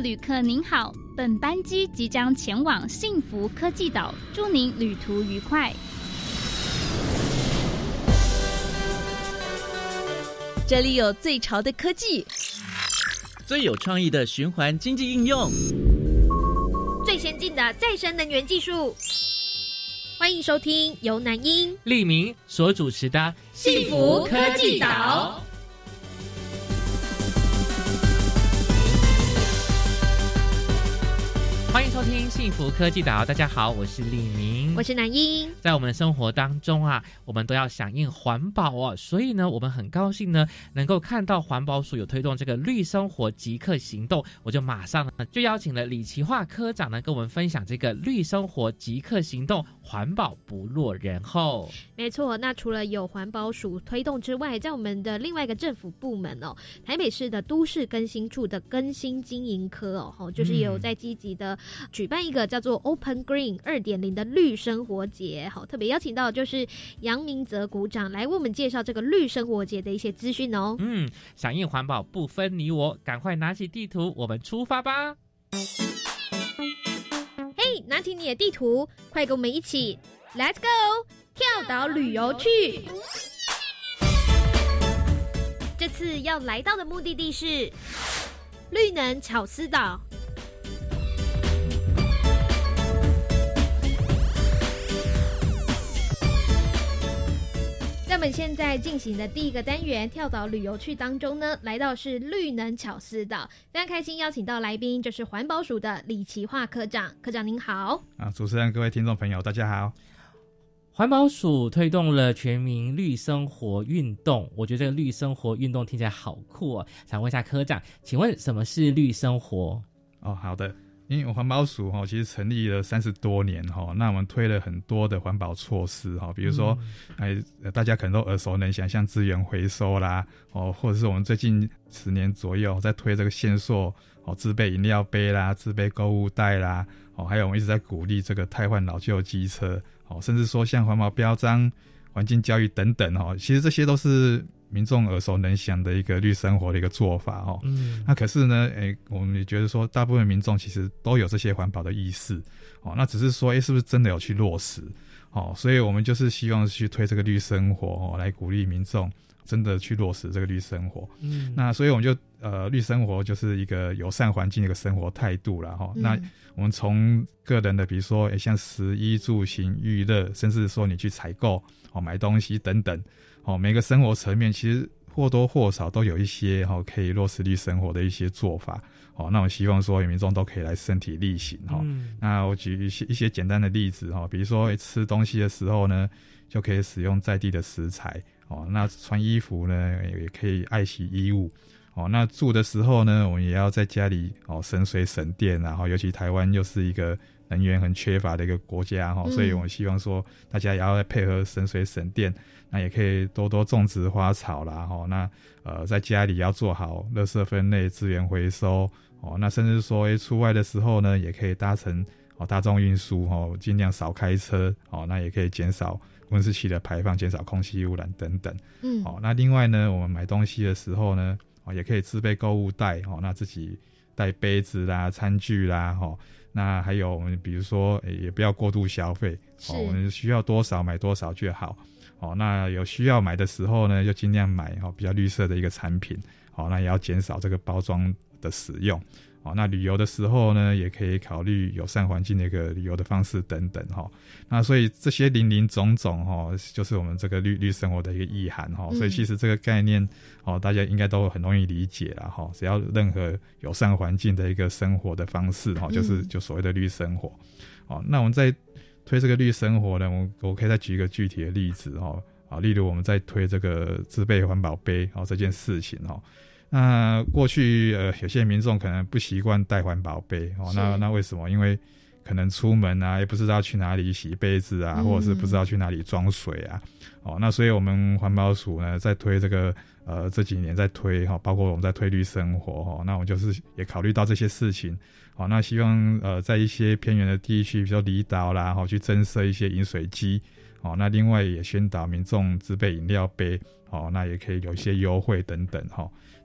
旅客您好，本班机即将前往幸福科技岛，祝您旅途愉快。 这里有最潮的科技， 最有创意的循环经济应用， 最先进的再生能源技术。欢迎收听由南英、 立明所主持的幸福科技岛。 欢迎收听幸福科技岛，大家好，我是立明， 我是南英。 在我们的生活当中啊，我们都要响应环保哦，所以呢，我们很高兴呢，能够看到环保署有推动这个绿生活即刻行动，我就马上呢就邀请了李奇化科长呢跟我们分享这个绿生活即刻行动，环保不落人后。 没错，那除了有环保署推动之外，在我们的另外一个政府部门哦，台北市的都市更新处的更新经营科哦，就是也有在积极的举办一个叫做 Open Green 2.0 的绿生活节，好，特别邀请到就是杨明泽股长来为我们介绍这个绿生活节的一些资讯哦。 响应环保不分你我，赶快拿起地图，我们出发吧！ 嘿，拿起你的地图，快跟我们一起 Let's go 跳岛旅游去！这次要来到的目的地是绿能巧思岛。在我们现在进行的第一个单元跳岛旅游趣当中呢，来到是绿能巧思岛，非常开心邀请到来宾就是环保署的李奇化科长。科长您好。 主持人各位听众朋友大家好。 环保署推动了全民绿生活运动，我觉得这个绿生活运动听起来好酷哦，想问一下科长，请问什么是绿生活？ 好的，因为环保署其实成立了30多年，那我们推了很多的环保措施，比如说大家可能都耳熟能详，像资源回收啦，或者是我们最近10年左右在推这个限塑自备饮料杯啦，自备购物袋啦，还有我们一直在鼓励这个汰换老旧机车，甚至说像环保标章、环境教育等等，其实这些都是民众耳熟能详的一个绿生活的一个做法。那可是呢我们也觉得说大部分民众其实都有这些环保的意识，那只是说是不是真的有去落实，所以我们就是希望去推这个绿生活，来鼓励民众真的去落实这个绿生活。那所以我们就绿生活就是一个友善环境的一个生活态度啦。那我们从个人的比如说像食衣住行娱乐，甚至说你去采购买东西等等，每个生活层面其实或多或少都有一些可以落实绿生活的一些做法。那我希望说民众都可以来身体力行。那我举一些简单的例子，比如说吃东西的时候呢，就可以使用在地的食材。那穿衣服呢也可以爱惜衣物。那住的时候呢，我们也要在家里省水省电，然后尤其台湾又是一个能源很缺乏的一个国家，所以我希望说大家也要配合省水省电，那也可以多多种植花草啦。那在家里要做好垃圾分类、资源回收，那甚至说出外的时候呢，也可以搭乘大众运输，尽量少开车，那也可以减少温室气的排放，减少空气污染等等。那另外呢，我们买东西的时候呢，也可以自备购物袋，那自己带杯子啦、餐具啦，那还有我们比如说也不要过度消费，我们需要多少买多少就好。那有需要买的时候呢，就尽量买比较绿色的一个产品，那也要减少这个包装的使用。那旅游的时候呢，也可以考虑友善环境的一个旅游的方式等等。那所以这些林林总总就是我们这个绿生活的一个意涵。所以其实这个概念大家应该都很容易理解啦。只要任何友善环境的一个生活的方式，就所谓的绿生活。那我们在推这个绿生活呢，我可以再举一个具体的例子。例如我们在推这个自备环保杯这件事情。那过去有些民众可能不习惯带环保杯，那为什么？因为可能出门啊，也不知道去哪里洗杯子啊，或者是不知道去哪里装水啊。那所以我们环保署呢在推这个这几年在推包括我们在推绿生活那我们就是也考虑到这些事情。那希望在一些偏远的地区，比如说离岛啦，去增设一些饮水机。那另外也宣导民众自备饮料杯，那也可以有一些优惠等等。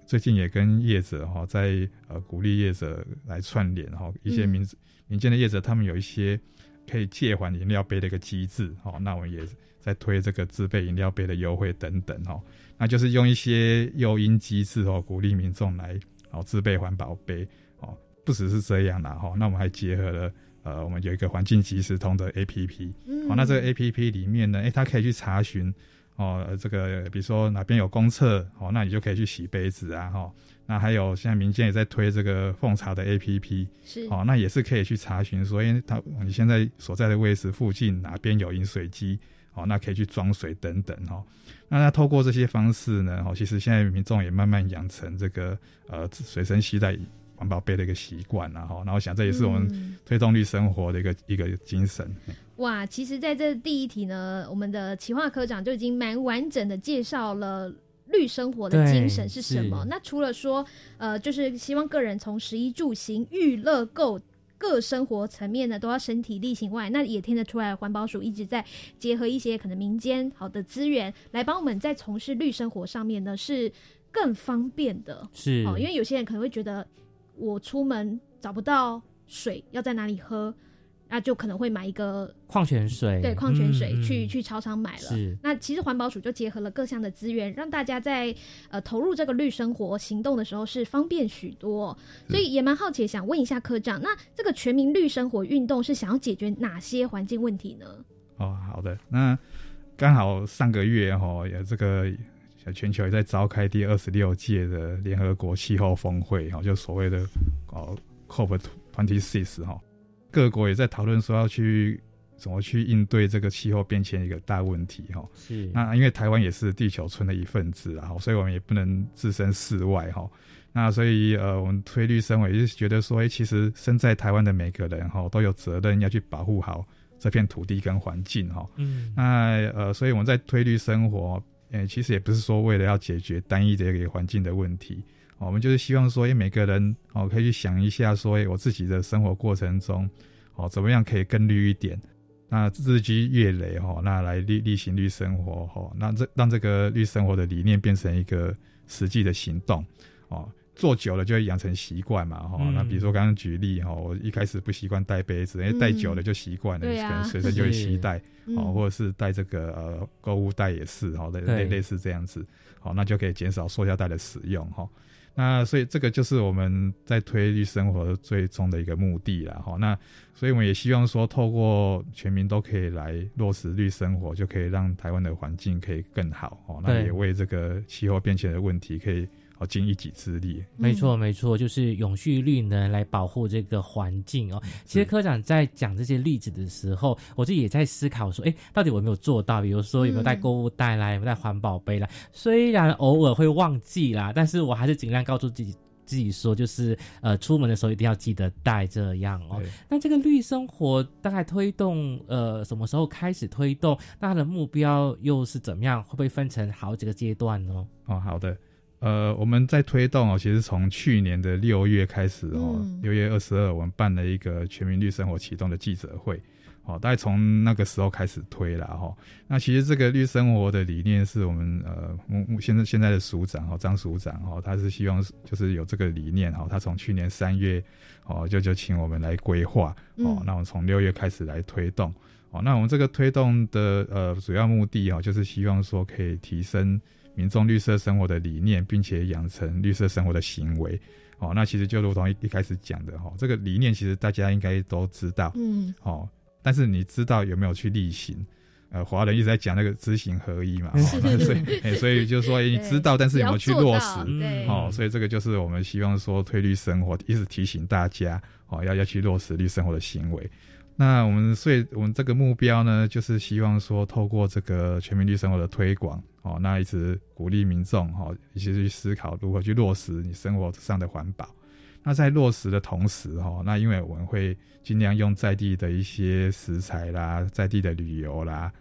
最近也跟业者在鼓励业者来串联一些民间的业者，他们有一些可以借还饮料杯的一个机制那我们也在推这个自备饮料杯的优惠等等那就是用一些诱因机制鼓励民众来自备环保杯不只是这样啦那我们还结合了我们有一个环境即时通的 APP 那这个 APP 里面呢它可以去查询这个比如说哪边有公厕那你就可以去洗杯子啊那还有现在民间也在推这个奉茶的 APP 是那也是可以去查询说你现在所在的位置附近哪边有饮水机那可以去装水等等那透过这些方式呢其实现在民众也慢慢养成这个随身携带环保杯的一个习惯然后想这也是我们推动绿生活的一个精神。 哇，其实在这第一题呢，我们的企划科长就已经蛮完整的介绍了绿生活的精神是什么。那除了说就是希望个人从食衣住行娱乐购各生活层面呢都要身体力行外，那也听得出来环保署一直在结合一些可能民间好的资源来帮我们在从事绿生活上面呢是更方便的。 是因为有些人可能会觉得我出门找不到水要在哪里喝，那就可能会买一个矿泉水， 对，矿泉水去超商买了。 是， 那其实环保署就结合了各项的资源，让大家在投入这个绿生活行动的时候是方便许多。所以也蛮好奇，想问一下科长，那这个全民绿生活运动是想要解决哪些环境问题呢？ 好的，那刚好上个月有这个全球也在召开第26届的联合国气候峰会就所谓的COP26 各国也在讨论说要去怎么去应对这个气候变迁一个大问题是， 那因为台湾也是地球村的一份子所以我们也不能置身事外那所以我们推绿生活也是觉得说其实身在台湾的每个人都有责任要去保护好这片土地跟环境那所以我们在推绿生活其实也不是说为了要解决单一的一个环境的问题我们就是希望说每个人可以去想一下说我自己的生活过程中怎么样可以更绿一点，那日积月累那来力行绿生活那让这个绿生活的理念变成一个实际的行动做久了就会养成习惯嘛那比如说刚刚举例我一开始不习惯带杯子，因为带久了就习惯了可能随身就会携带或者是带这个购物袋也是类似这样子那就可以减少塑胶袋的使用那所以这个就是我们在推绿生活的最终的一个目的啦那所以我们也希望说透过全民都可以来落实绿生活，就可以让台湾的环境可以更好那也为这个气候变迁的问题可以尽一己之力。 没错没错，就是永续绿能来保护这个环境其实科长在讲这些例子的时候，我自己也在思考说到底我有没有做到，比如说有没有带购物袋啦，有没有带环保杯啦，虽然偶尔会忘记啦，但是我还是尽量告诉自己说就是出门的时候一定要记得带这样那这个绿生活大概推动什么时候开始推动，那它的目标又是怎么样，会不会分成好几个阶段呢？ 好的，我们在推动其实从去年的6月开始6月22我们办了一个全民绿生活启动的记者会大概从那个时候开始推啦那其实这个绿生活的理念是我们现在的署长张署长他是希望就是有这个理念他从去年3月就请我们来规划那我们从6月开始来推动那我们这个推动的主要目的就是希望说可以提升民众绿色生活的理念，并且养成绿色生活的行为那其实就如同一开始讲的这个理念其实大家应该都知道但是你知道有没有去力行华人一直在讲那个知行合一嘛所以就是说你知道但是有没有去落实所以这个就是我们希望说推绿生活一直提醒大家要去落实绿生活的行为。那所以我们这个目标呢，就是希望说透过这个全民绿生活的推广那一直鼓励民众一起去思考如何去落实你生活上的环保。那在落实的同时那因为我们会尽量用在地的一些食材啦，在地的旅游啦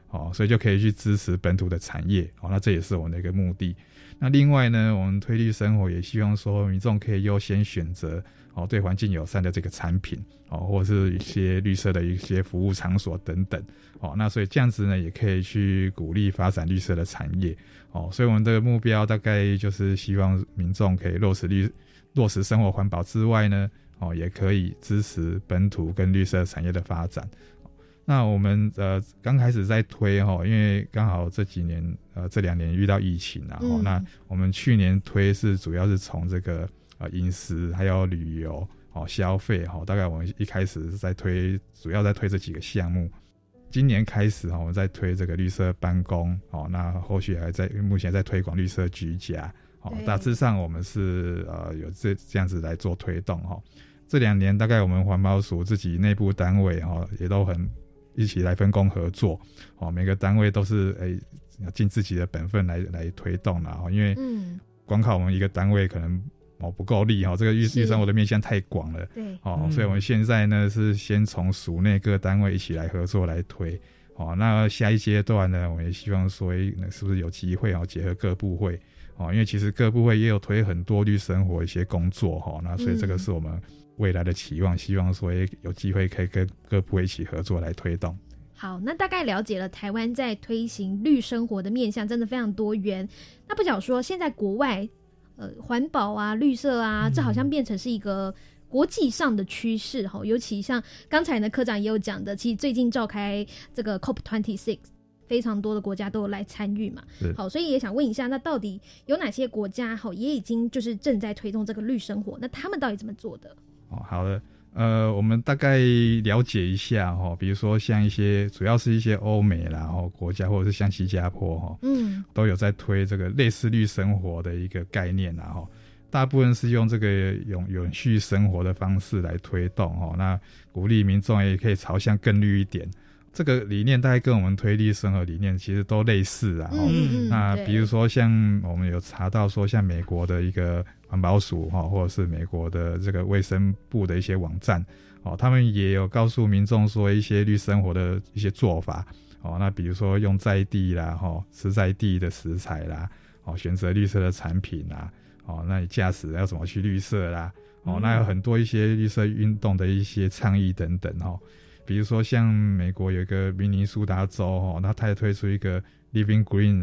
所以就可以去支持本土的产业，那这也是我们的一个目的。那另外呢，我们推绿生活也希望说民众可以优先选择对环境友善的这个产品，或者是一些绿色的一些服务场所等等，那所以这样子呢也可以去鼓励发展绿色的产业，所以我们的目标大概就是希望民众可以落实生活环保之外呢，也可以支持本土跟绿色产业的发展。那我们刚开始在推因为刚好这几年这2年遇到疫情那我们去年推是主要是从这个饮食还有旅游消费大概我们一开始是主要在推这几个项目。今年开始我们在推这个绿色办公那后续目前在推广绿色居家大致上我们是有这样子来做推动这2年大概我们环保署自己内部单位也都很一起来分工合作每个单位都是尽自己的本分来推动啦因为光靠我们一个单位可能不够力这个绿生活的面向太广了， 对所以我们现在呢是先从署内各单位一起来合作来推那下一阶段呢我们也希望说是不是有机会结合各部会因为其实各部会也有推很多绿生活一些工作那所以这个是我们未来的期望，希望说有机会可以跟各部会一起合作来推动。 好，那大概了解了台湾在推行绿生活的面向真的非常多元。那不想说现在国外环保啊绿色啊这好像变成是一个国际上的趋势尤其像刚才呢科长也有讲的，其实最近召开这个 COP26非常多的国家都有来参与嘛，好，所以也想问一下，那到底有哪些国家也已经就是正在推动这个绿生活，那他们到底怎么做的？ 好的，我们大概了解一下比如说像主要是一些欧美啦国家，或者是像新加坡都有在推这个类似绿生活的一个概念大部分是用这个永续生活的方式来推动那鼓励民众也可以朝向更绿一点。这个理念大概跟我们推绿生活理念其实都类似那比如说像我们有查到说像美国的一个环保署或者是美国的这个卫生部的一些网站他们也有告诉民众说一些绿生活的一些做法那比如说用在地啦吃在地的食材啦选择绿色的产品啦那你驾驶要怎么去绿色啦那有很多一些绿色运动的一些倡议等等比如说像美国有一个明尼苏达州那它也推出一个 Living Green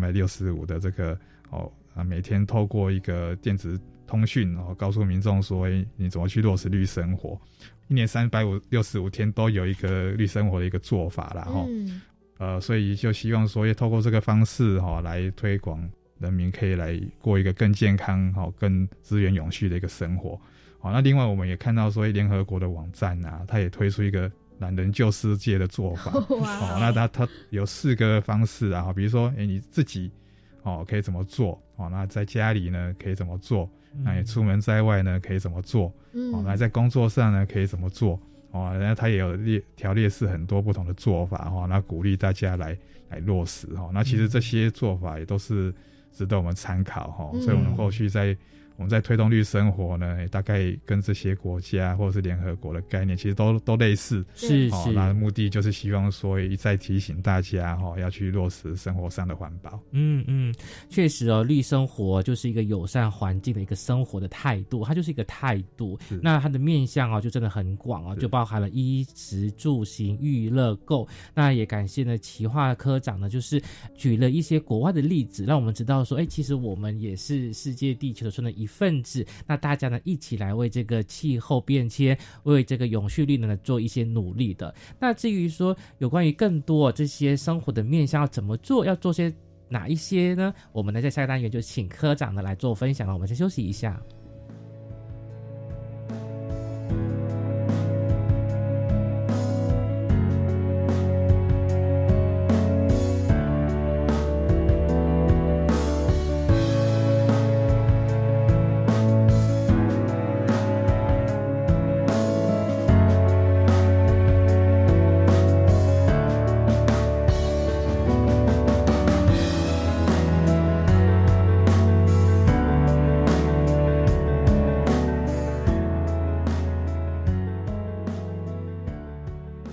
365的这个每天透过一个电子通讯告诉民众说你怎么去落实绿生活，1年365天都有一个绿生活的一个做法啦所以就希望说透过这个方式来推广人民可以来过一个更健康更资源永续的一个生活那另外我们也看到说联合国的网站它也推出一个懒人救世界的做法那它有4个方式比如说你自己可以怎么做那在家里呢可以怎么做那你出门在外呢可以怎么做那在工作上呢可以怎么做那它也有条列式很多不同的做法那鼓励大家来落实那其实这些做法也都是值得我们参考所以我们后续我们在推动绿生活呢大概跟这些国家或者是联合国的概念其实都类似是那目的就是希望说一再提醒大家要去落实生活上的环保确实绿生活就是一个友善环境的一个生活的态度，它就是一个态度，那它的面向就真的很广就包含了衣食住行娱乐购。那也感谢呢齐化科长呢就是举了一些国外的例子，让我们知道说其实我们也是世界地球村的一份子，那大家呢一起来为这个气候变迁为这个永续力呢做一些努力的。那至于说有关于更多这些生活的面向要怎么做，要做些哪一些呢，我们呢在下个单元就请科长呢来做分享了。我们先休息一下。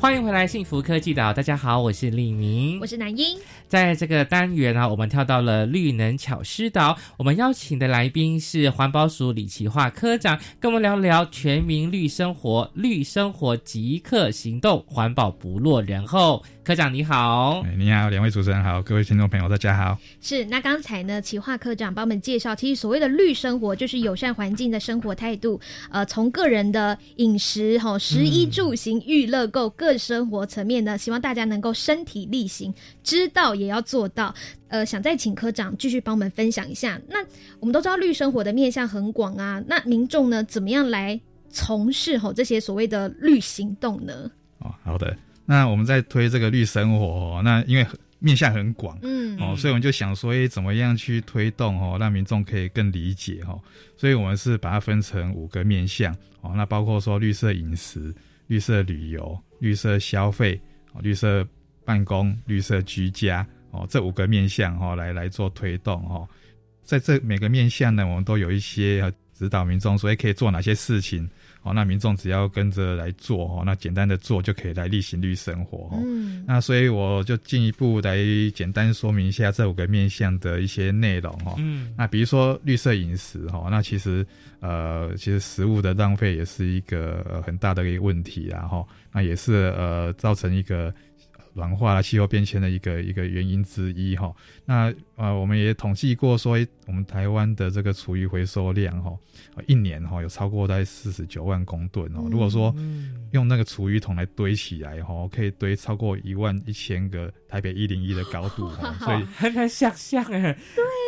欢迎回来幸福科技岛，大家好，我是立明， 我是南英。 在这个单元啊，我们跳到了绿能巧师岛，我们邀请的来宾是环保署李奇化科长，跟我们聊聊全民绿生活即刻行动，环保不落人后。科长你好。 你好，两位主持人好，各位听众朋友大家好。 是，那刚才呢奇化科长帮我们介绍，其实所谓的绿生活就是友善环境的生活态度，从个人的饮食、食衣住行、娱乐购各生活层面呢，希望大家能够身体力行，知道也要做到。想再请科长继续帮我们分享一下。那我们都知道绿生活的面向很广啊，那民众呢怎么样来从事这些所谓的绿行动呢？ 好的。那我们在推这个绿生活那因为面向很广，所以我们就想说，怎么样去推动让民众可以更理解所以我们是把它分成5个面向那包括说绿色饮食、绿色旅游、绿色消费、绿色办公、绿色居家这5个面向来做推动在这每个面向呢，我们都有一些指导民众说可以做哪些事情那民众只要跟着来做那简单的做就可以来力行绿生活那所以我就进一步来简单说明一下这5个面向的一些内容那比如说绿色饮食那其实食物的浪费也是一个很大的一个问题啦那也是造成一个软化气候变迁的一个原因之一那我们也统计过说我们台湾的这个厨余回收量一年有超过大概49万公吨如果说用那个厨余桶来堆起来可以堆超过11000个台北101的高度所以很难想象对啊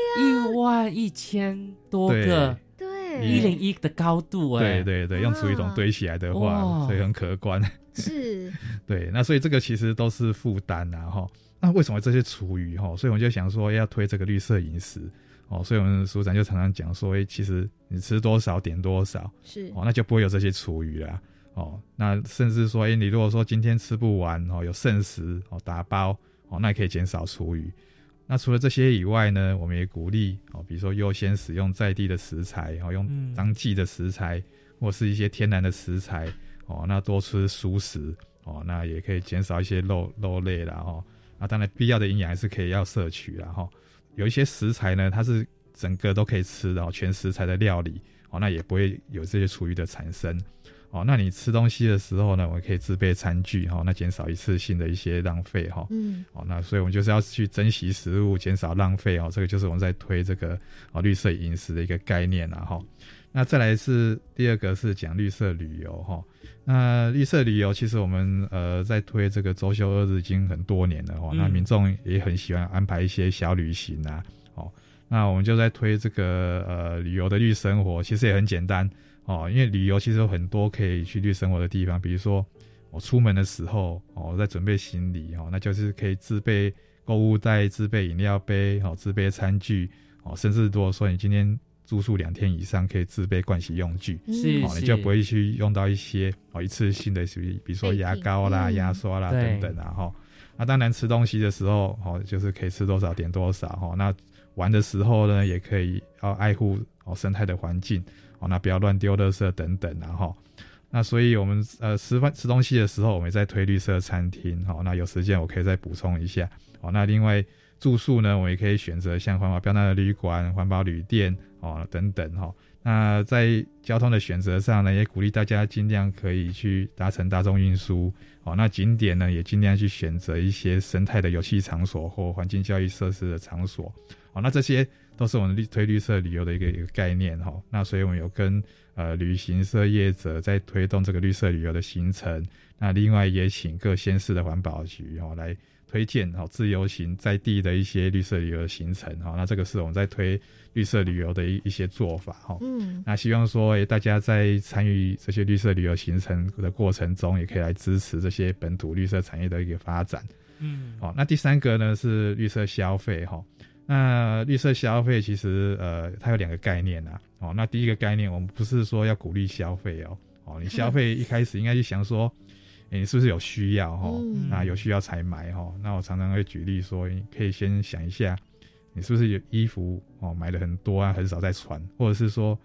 11000多个对 101的高度对，用厨余桶堆起来的话所以很可观是对，那所以这个其实都是负担那为什么这些厨余所以我们就想说要推这个绿色饮食所以我们署长就常常讲说其实你吃多少点多少是那就不会有这些厨余啦那甚至说你如果说今天吃不完有剩食打包那也可以减少厨余。那除了这些以外呢，我们也鼓励比如说优先使用在地的食材用当季的食材或是一些天然的食材那多吃蔬食那也可以减少一些肉类啦那当然必要的营养还是可以要摄取啦有一些食材呢它是整个都可以吃的全食材的料理那也不会有这些厨余的产生那你吃东西的时候呢，我们可以自备餐具那减少一次性的一些浪费那所以我们就是要去珍惜食物，减少浪费这个就是我们在推这个绿色饮食的一个概念那再来是第二个是讲绿色旅游那绿色旅游其实我们在推这个周休2日已经很多年了那民众也很喜欢安排一些小旅行啊那我们就在推这个旅游的绿生活，其实也很简单因为旅游其实有很多可以去绿生活的地方，比如说我出门的时候我在准备行李那就是可以自备购物袋、自备饮料杯自备餐具甚至如果说你今天住宿2天以上，可以自备盥洗用具是你就不会去用到一些一次性的比如说牙膏啦、牙刷啦等等那当然吃东西的时候就是可以吃多少点多少那玩的时候呢也可以要爱护生态的环境那不要乱丢垃圾等等那所以我们吃东西的时候我们也在推绿色餐厅那有时间我可以再补充一下那另外住宿呢我们也可以选择像环保标章的旅馆、环保旅店等等那在交通的选择上呢也鼓励大家尽量可以去搭乘大众运输那景点呢也尽量去选择一些生态的游憩场所或环境教育设施的场所那这些都是我们推绿色旅游的一个概念那所以我们有跟旅行社业者在推动这个绿色旅游的行程，那另外也请各县市的环保局来推荐自由行在地的一些绿色旅游的行程那这个是我们在推绿色旅游的一些做法那希望说大家在参与这些绿色旅游行程的过程中也可以来支持这些本土绿色产业的一个发展那第三个呢是绿色消费那绿色消费其实它有2个概念那第一个概念我们不是说要鼓励消费你消费一开始应该去想说你是不是有需要那有需要才买那我常常会举例说你可以先想一下你是不是有衣服买了很多很少在穿，或者是说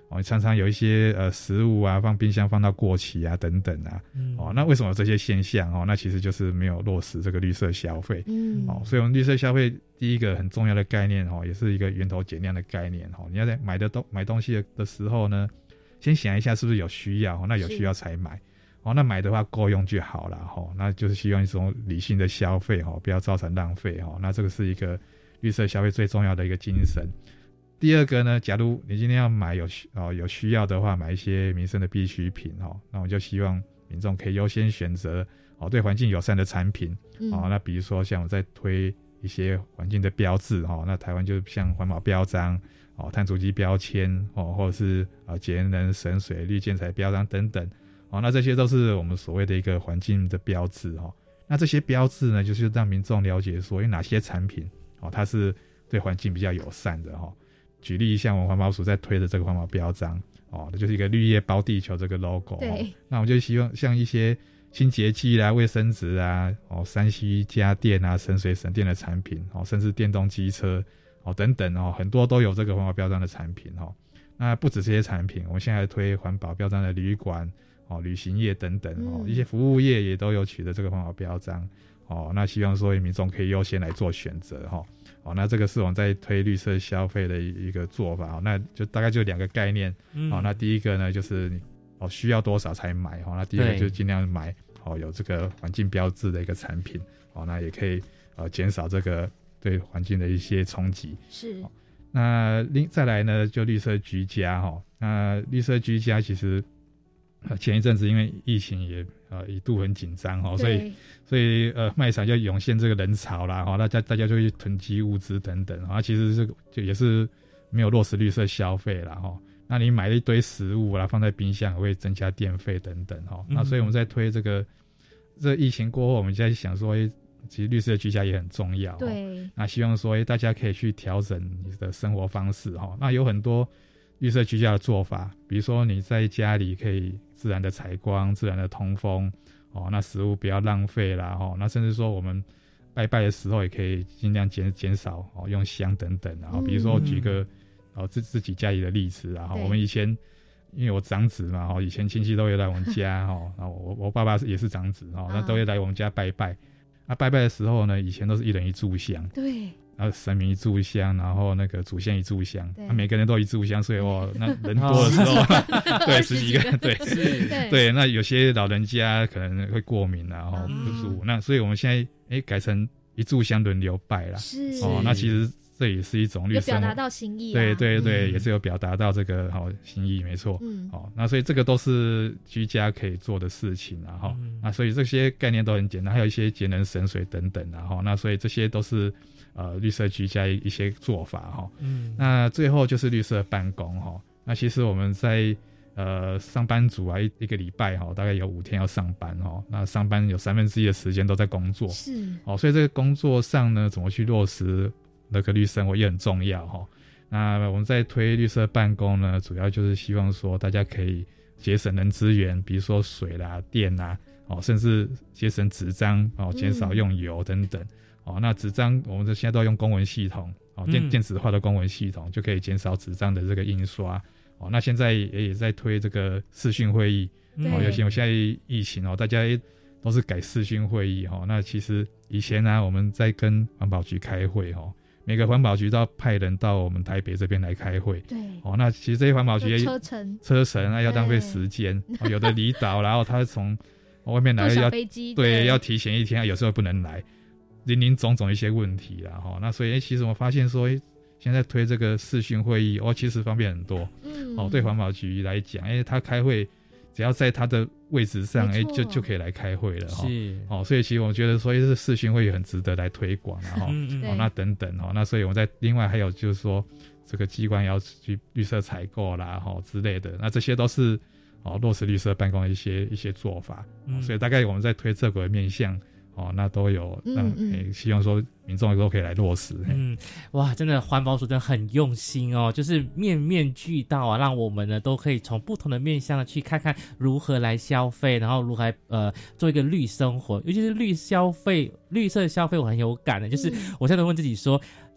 常常有一些食物啊放冰箱放到过期啊等等啊，那为什么有这些现象那其实就是没有落实这个绿色消费，所以我们绿色消费第一个很重要的概念也是一个源头减量的概念你要在买东西的时候呢，先想一下是不是有需要，那有需要才买，那买的话够用就好了，那就是希望一种理性的消费不要造成浪费，那这个是一个绿色消费最重要的一个精神。第二个呢，假如你今天要买有需要的话，买一些民生的必需品那我就希望民众可以优先选择对环境友善的产品，那比如说像我在推一些环境的标志那台湾就像环保标章碳足迹标签或者是节能省水绿建材标章等等那这些都是我们所谓的一个环境的标志那这些标志呢，就是让民众了解说有哪些产品它是对环境比较友善的举例像我们环保署在推的这个环保标章那就是一个绿叶包地球这个 logo 对那我就希望像一些清洁剂啦、卫生纸啊3C 家电啊、省水省电的产品甚至电动机车等等很多都有这个环保标章的产品那不止这些产品，我们现在推环保标章的旅馆旅行业等等一些服务业也都有取得这个环保标章那希望说民众可以优先来做选择那这个是我们在推绿色消费的一个做法那就大概就2个概念那第一个呢就是需要多少才买那第二个就尽量买有这个环境标志的一个产品那也可以减少这个对环境的一些冲击。 是那再来呢就绿色居家那绿色居家其实前一阵子因为疫情也一度很紧张所以卖场就涌现这个人潮啦大家就会囤积物资等等其实这个就也是没有落实绿色消费啦那你买了一堆食物啦放在冰箱也会增加电费等等那所以我们在推这疫情过后，我们在想说其实绿色居家也很重要对那希望说大家可以去调整你的生活方式那有很多绿色居家的做法，比如说你在家里可以自然的采光、自然的通风那食物不要浪费啦那甚至说我们拜拜的时候也可以尽量减少用香等等比如说举个自己家里的例子我们以前因为我长子嘛以前亲戚都会来我们家我爸爸也是长子那都会来我们家拜拜拜拜的时候呢，以前都是一人一炷香， 对， 然后神明一炷香，然后那个祖先一炷香，每个人都一炷香，所以那人多的时候，对，10几个，对，那有些老人家可能会过敏不舒服，那所以我们现在改成一炷香轮流拜啦， 是那其实这也是一种绿色， 有表达到心意对，也是有表达到这个心意，没错，那所以这个都是居家可以做的事情那所以这些概念都很简单，还有一些节能省水等等那所以这些都是绿色居家一些做法那最后就是绿色办公那其实我们在上班族一个礼拜大概有5天要上班那上班有1/3的时间都在工作， 是所以这个工作上呢怎么去落实那个绿生活也很重要那我们在推绿色办公呢，主要就是希望说大家可以节省人资源，比如说水啦、电啦甚至节省纸张减少用油等等那纸张我们现在都用公文系统电子化的公文系统就可以减少纸张的这个印刷那现在也在推这个视讯会议尤其我现在疫情大家都是改视讯会议那其实以前我们在跟环保局开会每个环保局都要派人到我们台北这边来开会， 对那其实这些环保局车程要浪费时间有的离岛然后他从外面来要飞机对要提前1天有时候不能来，林总总一些问题啦那所以其实我发现说现在推这个视讯会议其实方便很多对环保局来讲他开会只要在他的位置上就可以来开会了是所以其实我觉得说这视讯会议很值得来推广那等等那所以我们在另外还有就是说这个机关要去绿色采购啦之类的，那这些都是落实绿色办公的一些做法所以大概我们在推这个面向那都有让希望说民众都可以来落实哇，真的环保署真的很用心就是面面俱到让我们呢都可以从不同的面向去看看如何来消费，然后如何来做一个绿生活，尤其是绿色消费我很有感的，就是我现在都问自己说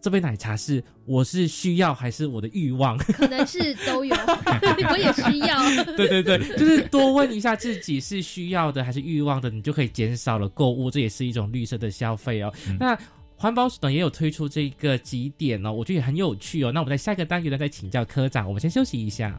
这杯奶茶是我是需要还是我的欲望？ 可能是都有，我也需要。 对对对，就是多问一下自己是需要的还是欲望的，你就可以减少了购物，这也是一种绿色的消费哦。那环保署呢也有推出这个集点哦，我觉得也很有趣哦。那我们在下一个单元呢再请教科长，我们先休息一下。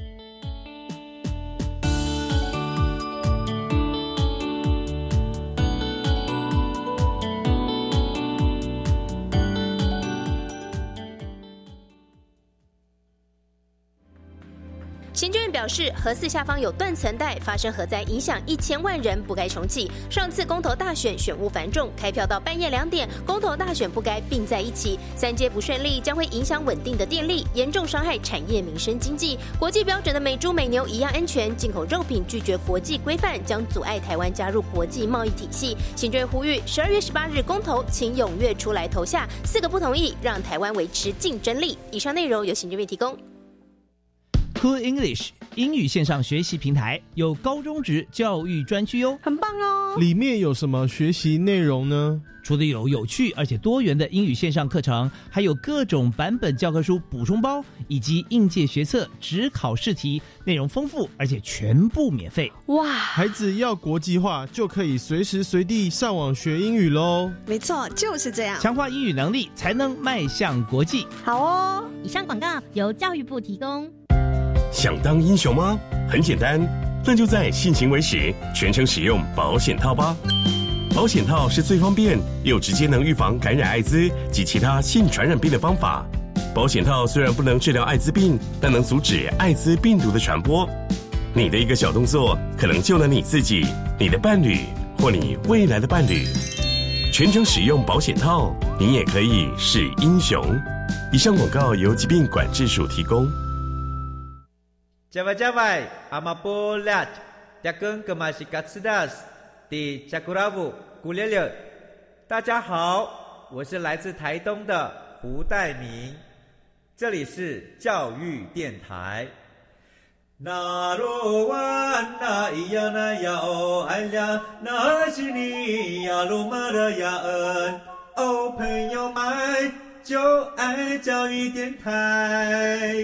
行政院表示，核四下方有断层带，发生核灾影响1000万人，不该重启。上次公投大选选务繁重，开票到半夜2点，公投大选不该并在一起。3阶不顺利，将会影响稳定的电力，严重伤害产业、民生、经济。国际标准的美猪美牛一样安全，进口肉品拒绝国际规范，将阻碍台湾加入国际贸易体系。行政院呼吁，12月18日公投，请踊跃出来投下，4个不同意，让台湾维持竞争力。以上内容由行政院提供。 Cool English 英语线上学习平台有高中职教育专区哟， 很棒哦！ 里面有什么学习内容呢？ 除了有趣而且多元的英语线上课程，还有各种版本教科书补充包，以及应届学测指考试题，内容丰富而且全部免费。 哇！ 孩子要国际化，就可以随时随地上网学英语咯。 没错，就是这样， 强化英语能力才能迈向国际。 好哦！ 以上广告由教育部提供。 想当英雄吗？很简单，那就在性行为时全程使用保险套吧。保险套是最方便又直接能预防感染艾滋及其他性传染病的方法。保险套虽然不能治疗艾滋病，但能阻止艾滋病毒的传播。你的一个小动作，可能救了你自己、你的伴侣或你未来的伴侣。全程使用保险套，你也可以是英雄。以上广告由疾病管制署提供。 Jawai, Amapolat, Jakun Kemasikatsidas, Di Jakuravu, Gulele。大家好，我是来自台东的胡代明，这里是教育电台。那罗哇那咿呀那呀哦哎呀，那是你呀鲁玛的呀恩哦，朋友们就爱教育电台。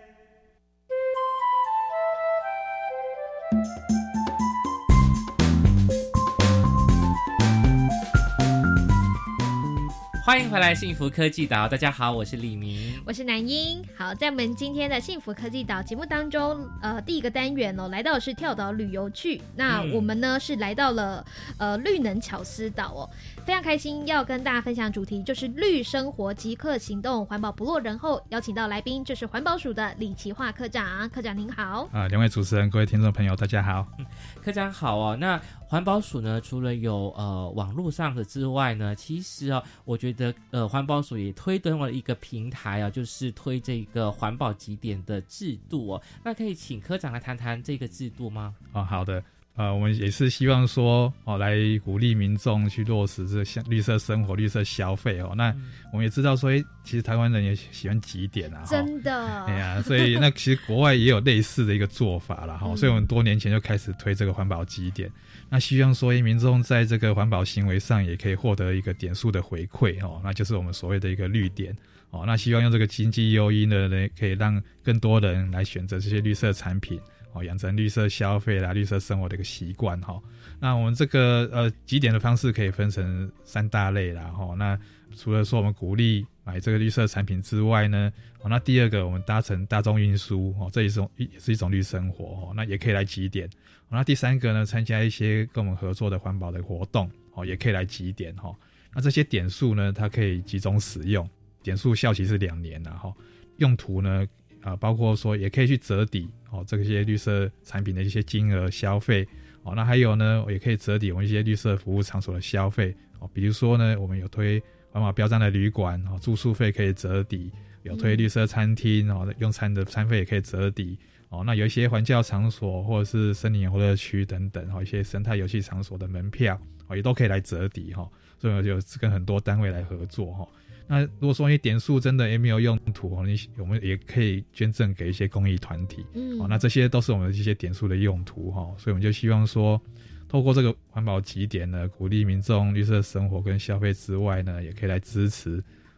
欢迎回来幸福科技岛，大家好，我是李明， 我是南英。好，在我们今天的幸福科技岛节目当中，第一个单元来到的是跳岛旅游去。那我们呢是来到了绿能巧思岛哦，非常开心要跟大家分享主题就是绿生活即刻行动，环保不落人后。邀请到来宾就是环保署的李奇化科长，科长您好。 两位主持人，各位听众朋友，大家好。 科长好哦。那环保署呢，除了有网络上的之外呢，其实我觉得环保署也推动了一个平台啊，就是推这个环保集点的制度哦。那可以请科长来谈谈这个制度吗？ 好的。我们也是希望说来鼓励民众去落实这绿色生活、绿色消费哦。那我们也知道说，其实台湾人也喜欢集点啊， 真的。 哎呀，所以那其实国外也有类似的一个做法啦所以我们多年前就开始推这个环保集点。那希望说民众在这个环保行为上也可以获得一个点数的回馈那就是我们所谓的一个绿点那希望用这个经济诱因呢，可以让更多人来选择这些绿色产品养成绿色消费啦、绿色生活的一个习惯那我们这个集点的方式可以分成3大类啦那除了说我们鼓励买这个绿色产品之外呢那第二个我们搭乘大众运输这也是一种绿生活那也可以来集点。那第三个呢，参加一些跟我们合作的环保的活动也可以来集点那这些点数呢，它可以集中使用，点数效期是2年用途呢包括说也可以去折抵这些绿色产品的一些金额消费那还有呢，也可以折抵我们一些绿色服务场所的消费比如说呢，我们有推环保标章的旅馆住宿费可以折抵，有推绿色餐厅用餐的餐费也可以折抵那有一些环教场所或者是森林游乐区等等一些生态游戏场所的门票也都可以来折抵所以就跟很多单位来合作那如果说你点数真的也没有用途我们也可以捐赠给一些公益团体那这些都是我们一些点数的用途所以我们就希望说透过这个环保集点呢，鼓励民众绿色生活跟消费之外呢，也可以来支持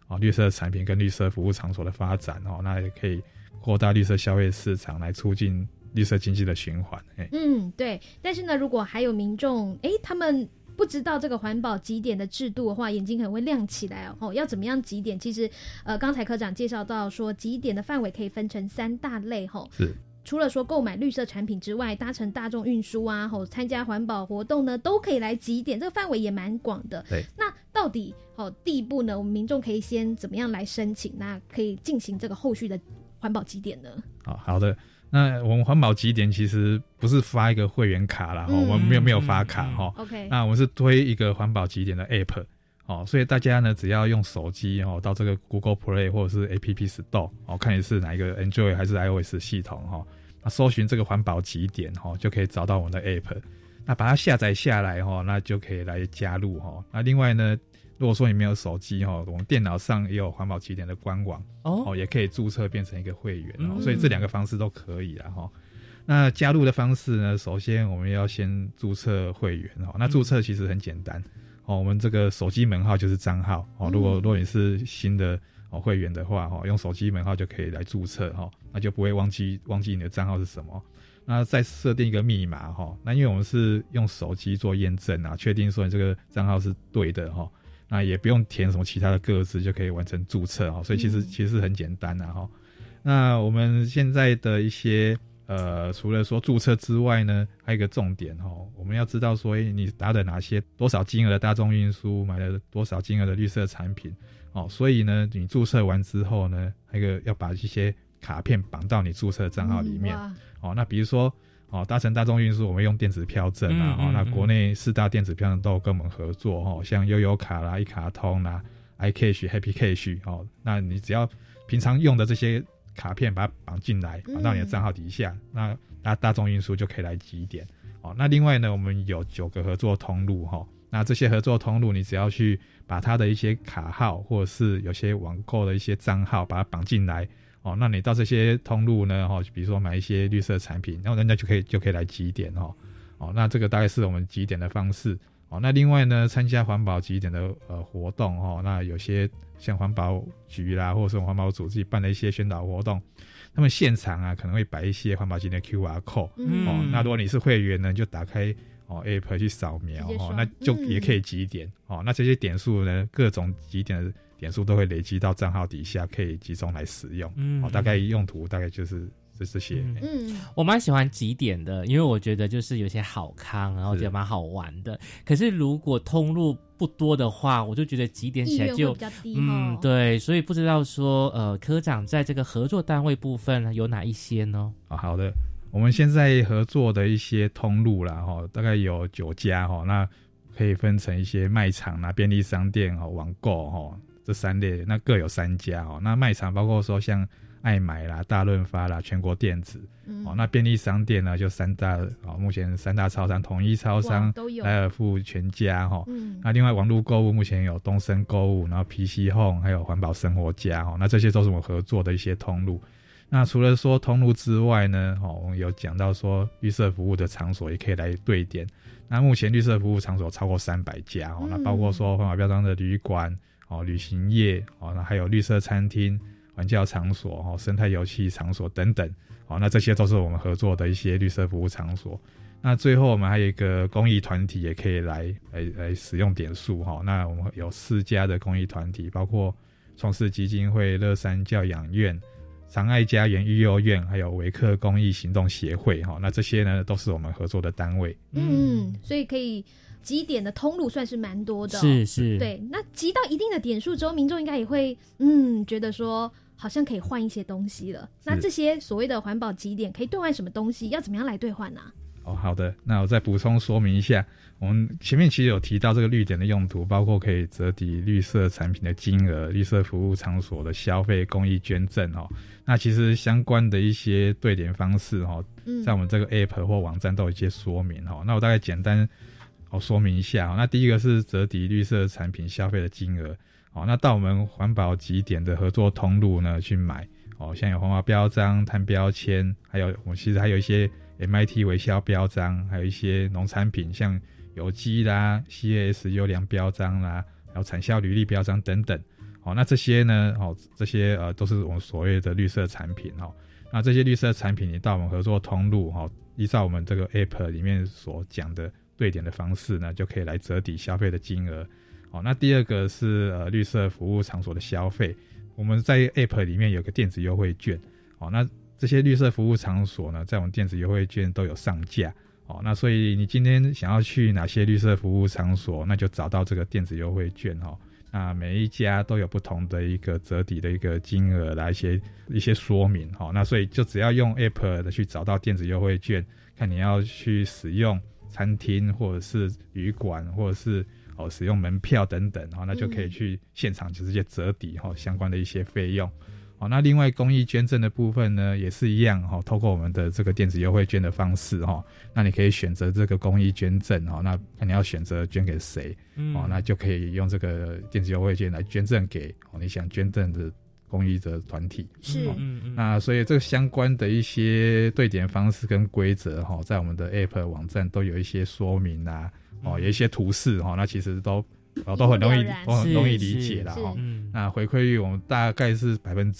绿色产品跟绿色服务场所的发展那也可以扩大绿色消费市场，来促进绿色经济的循环。 对。但是呢，如果还有民众他们不知道这个环保集点的制度的话，眼睛可能会亮起来要怎么样集点？其实刚才科长介绍到说，集点的范围可以分成3大类是。除了说购买绿色产品之外，搭乘大众运输啊，参加环保活动呢，都可以来集点，这个范围也蛮广的。 对。 那到底第一步呢，我们民众可以先怎么样来申请？那可以进行这个后续的环保集点呢？ 好的。那我们环保集点其实不是发一个会员卡啦，我们没有发卡 OK。 那我们是推一个环保集点的 App。所以大家呢，只要用手机到这个 Google Play 或者是 App Store 看你是哪一个 Android 还是 iOS 系统搜寻这个环保集点就可以找到我们的 App。那把它下载下来那就可以来加入那另外呢，如果说你没有手机我们电脑上也有环保集点的官网也可以注册变成一个会员所以这2个方式都可以啦那加入的方式呢，首先我们要先注册会员那注册其实很简单我们这个手机门号就是账号如果你是新的会员的话用手机门号就可以来注册那就不会忘记你的账号是什么。那再设定一个密码那因为我们是用手机做验证确定说你这个账号是对的那也不用填什么其他的个资就可以完成注册所以其实很简单那我们现在的一些除了说注册之外呢，还有一个重点我们要知道说你搭的哪些多少金额的大众运输，买了多少金额的绿色产品所以呢你注册完之后呢，还有一个要把这些卡片绑到你注册账号里面那比如说搭乘大众运输我们用电子票证那国内4大电子票证都有跟我们合作像悠游卡啦、一卡通啦、iCash、Happy Cash 那你只要平常用的这些卡片把它绑进来，绑到你的账号底下，那大众运输就可以来集点那另外呢，我们有9个合作通路那这些合作通路你只要去把它的一些卡号或者是有些网购的一些账号把它绑进来那你到这些通路呢比如说买一些绿色产品，然后人家就可以来集点那这个大概是我们集点的方式那另外呢，参加环保集点的活动那有些像环保局啦，或者是环保组自己办的一些宣导活动，他们现场可能会摆一些环保集点的 QR code 那如果你是会员呢，就打开App 去扫描那就也可以集点那这些点数呢，各种集点的点数都会累积到账号底下，可以集中来使用大概用途大概就是这些我蛮喜欢集点的，因为我觉得就是有些好康，然后我觉得蛮好玩的。可是如果通路不多的话，我就觉得集点起来就比较低对，所以不知道说科长在这个合作单位部分有哪一些呢？ 好的，我们现在合作的一些通路啦大概有9家那可以分成一些卖场啦、便利商店网购这3类，那各有3家那卖场包括说像爱买啦、大润发啦、全国电子那便利商店呢就目前3大超商，统一超商、莱尔富、全家那另外网络购物目前有东森购物，然后 PC Home 还有环保生活家那这些都是我们合作的一些通路。那除了说通路之外呢我们有讲到说绿色服务的场所也可以来对点，那目前绿色服务场所超过300家那包括说环保标章的旅馆旅行业那还有绿色餐厅、环教场所生态游憩场所等等那这些都是我们合作的一些绿色服务场所。那最后我们还有一个公益团体也可以来使用点数那我们有4家的公益团体，包括创世基金会、乐山教养院、长爱家园育幼院，还有维克公益行动协会那这些呢都是我们合作的单位。 所以可以集点的通路算是蛮多的是对。那集到一定的点数之后，民众应该也会觉得说好像可以换一些东西了。那这些所谓的环保集点可以兑换什么东西？要怎么样来兑换呢？ 好的，那我再补充说明一下，我们前面其实有提到这个绿点的用途，包括可以折抵绿色产品的金额、绿色服务场所的消费、公益捐赠那其实相关的一些兑点方式在我们这个 App 或网站都有一些说明那我大概简单说明一下那第一个是折抵绿色产品消费的金额那到我们环保集点的合作通路呢去买像有环保标章、碳标签，还有我们其实还有一些 MIT 微笑标章，还有一些农产品像有机啦、CAS 优良标章啦，还有产销履历标章等等那这些呢这些都是我们所谓的绿色产品那这些绿色产品你到我们合作通路依照我们这个 App 里面所讲的对点的方式呢，就可以来折抵消费的金额。那第二个是绿色服务场所的消费，我们在 App 里面有个电子优惠券那这些绿色服务场所呢，在我们电子优惠券都有上架那所以你今天想要去哪些绿色服务场所，那就找到这个电子优惠券那每一家都有不同的一个折抵的一个金额来一些说明那所以就只要用 App 的去找到电子优惠券，看你要去使用餐厅或者是旅馆或者是使用门票等等那就可以去现场直接折抵相关的一些费用那另外公益捐赠的部分呢也是一样透过我们的这个电子优惠券的方式那你可以选择这个公益捐赠那看你要选择捐给谁那就可以用这个电子优惠券来捐赠给你想捐赠的公益的团体是那所以这个相关的一些对点方式跟规则在我们的 App 网站都有一些说明有一些图示那其实都很容易理解啦那回馈率我们大概是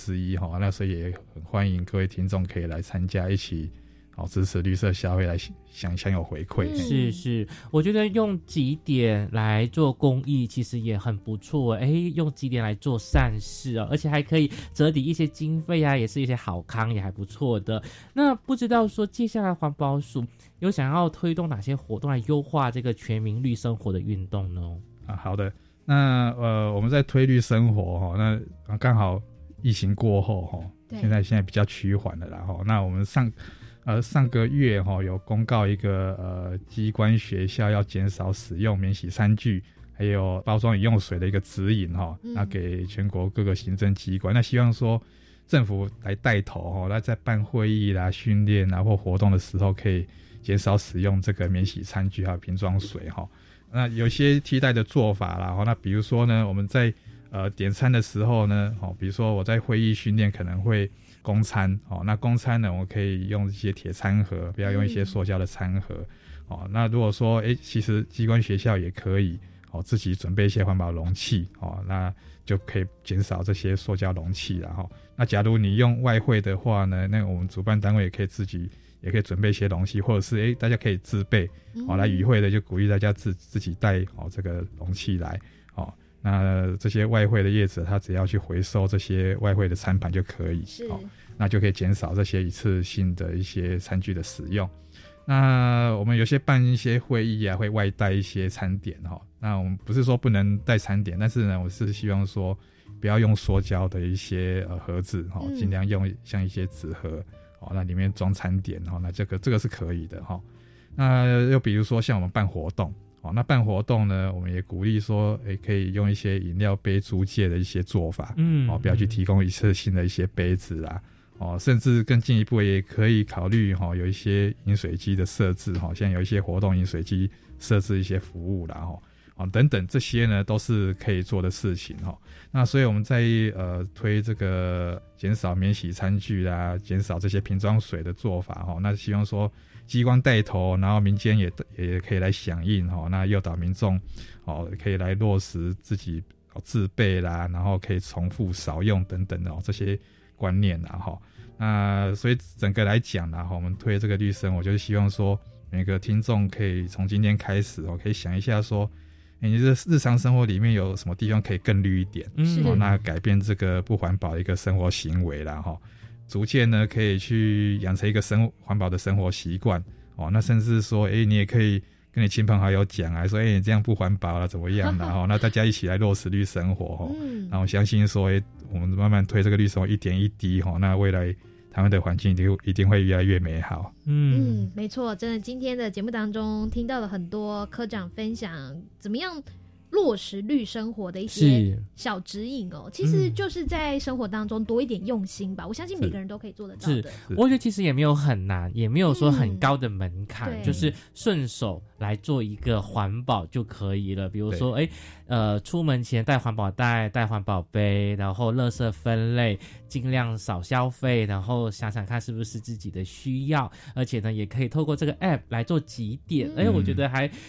1%那所以也很欢迎各位听众可以来参加，一起支持绿色消费来享有回馈。 是，我觉得用集点来做公益其实也很不错用集点来做善事而且还可以折抵一些经费也是一些好康，也还不错的。那不知道说接下来环保署有想要推动哪些活动来优化这个全民绿生活的运动呢？ 好的，那我们在推绿生活那刚好疫情过后现在比较趋缓了啦那我们上个月有公告一个机关学校要减少使用免洗餐具还有包装饮用水的一个指引那给全国各个行政机关，那希望说政府来带头那在办会议啦训练或活动的时候可以减少使用这个免洗餐具还有瓶装水那有些替代的做法啦那比如说呢我们在点餐的时候呢比如说我在会议训练可能会公餐那公餐呢我可以用一些铁餐盒，不要用一些塑胶的餐盒那如果说其实机关学校也可以自己准备一些环保容器那就可以减少这些塑胶容器啦那假如你用外汇的话呢，那我们主办单位也可以准备一些容器，或者是大家可以自备来与会的就鼓励大家自己带这个容器来那这些外汇的业者他只要去回收这些外汇的餐盘就可以那就可以减少这些一次性的一些餐具的使用。那我们有些办一些会议会外带一些餐点那我们不是说不能带餐点，但是呢我是希望说不要用塑胶的一些盒子尽量用像一些纸盒那里面装餐点那这个是可以的那又比如说像我们办活动那办活动呢我们也鼓励说可以用一些饮料杯租借的一些做法不要去提供一次性的一些杯子啦甚至更进一步也可以考虑有一些饮水机的设置像有一些活动饮水机设置一些服务啦等等，这些呢都是可以做的事情那所以我们在推这个减少免洗餐具啦，减少这些瓶装水的做法那希望说机关带头，然后民间也可以来响应那诱导民众可以来落实自己自备啦，然后可以重复少用等等的这些观念啦那所以整个来讲啦我们推这个绿生活就是希望说每个听众可以从今天开始可以想一下说你这日常生活里面有什么地方可以更绿一点那改变这个不环保的一个生活行为啦逐渐呢可以去养成一个环保的生活习惯那甚至说你也可以跟你亲朋好友讲说你这样不环保了怎么样啦那大家一起来落实绿生活那我相信说我们慢慢推这个绿生活一点一滴那未来台湾的环境一定会越来越美好。 没错，真的今天的节目当中听到了很多科长分享怎么样落实绿生活的一些小指引其实就是在生活当中多一点用心吧，我相信每个人都可以做得到的。 我觉得其实也没有很难，也没有说很高的门槛就是顺手来做一个环保就可以了。比如说出门前带环保袋，带环保杯，然后垃圾分类，尽量少消费，然后想想看是不是自己的需要，而且呢也可以透过这个 app 来做集点我觉得还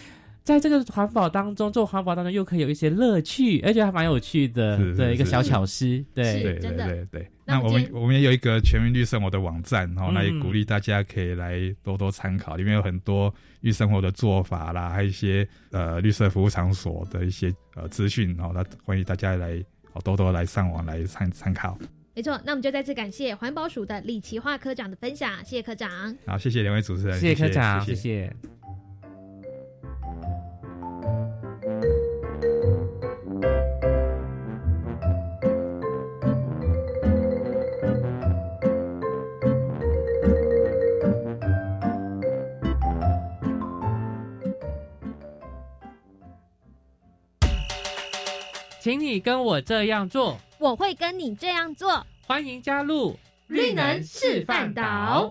在这个环保当中，做环保当中又可以有一些乐趣，而且还蛮有趣的，对，一个小巧思，对， 对。那我们也有一个全民绿生活的网站，那也鼓励大家可以来多多参考，里面有很多绿生活的做法啦，还有一些绿色服务场所的一些资讯，那欢迎大家来多多来上网来参考。 没错，那我们就再次感谢环保署的李奇化科长的分享，谢谢科长。 好，谢谢两位主持人， 谢谢科长，谢谢。请你跟我这样做， 我会跟你这样做。 欢迎加入绿能示范岛。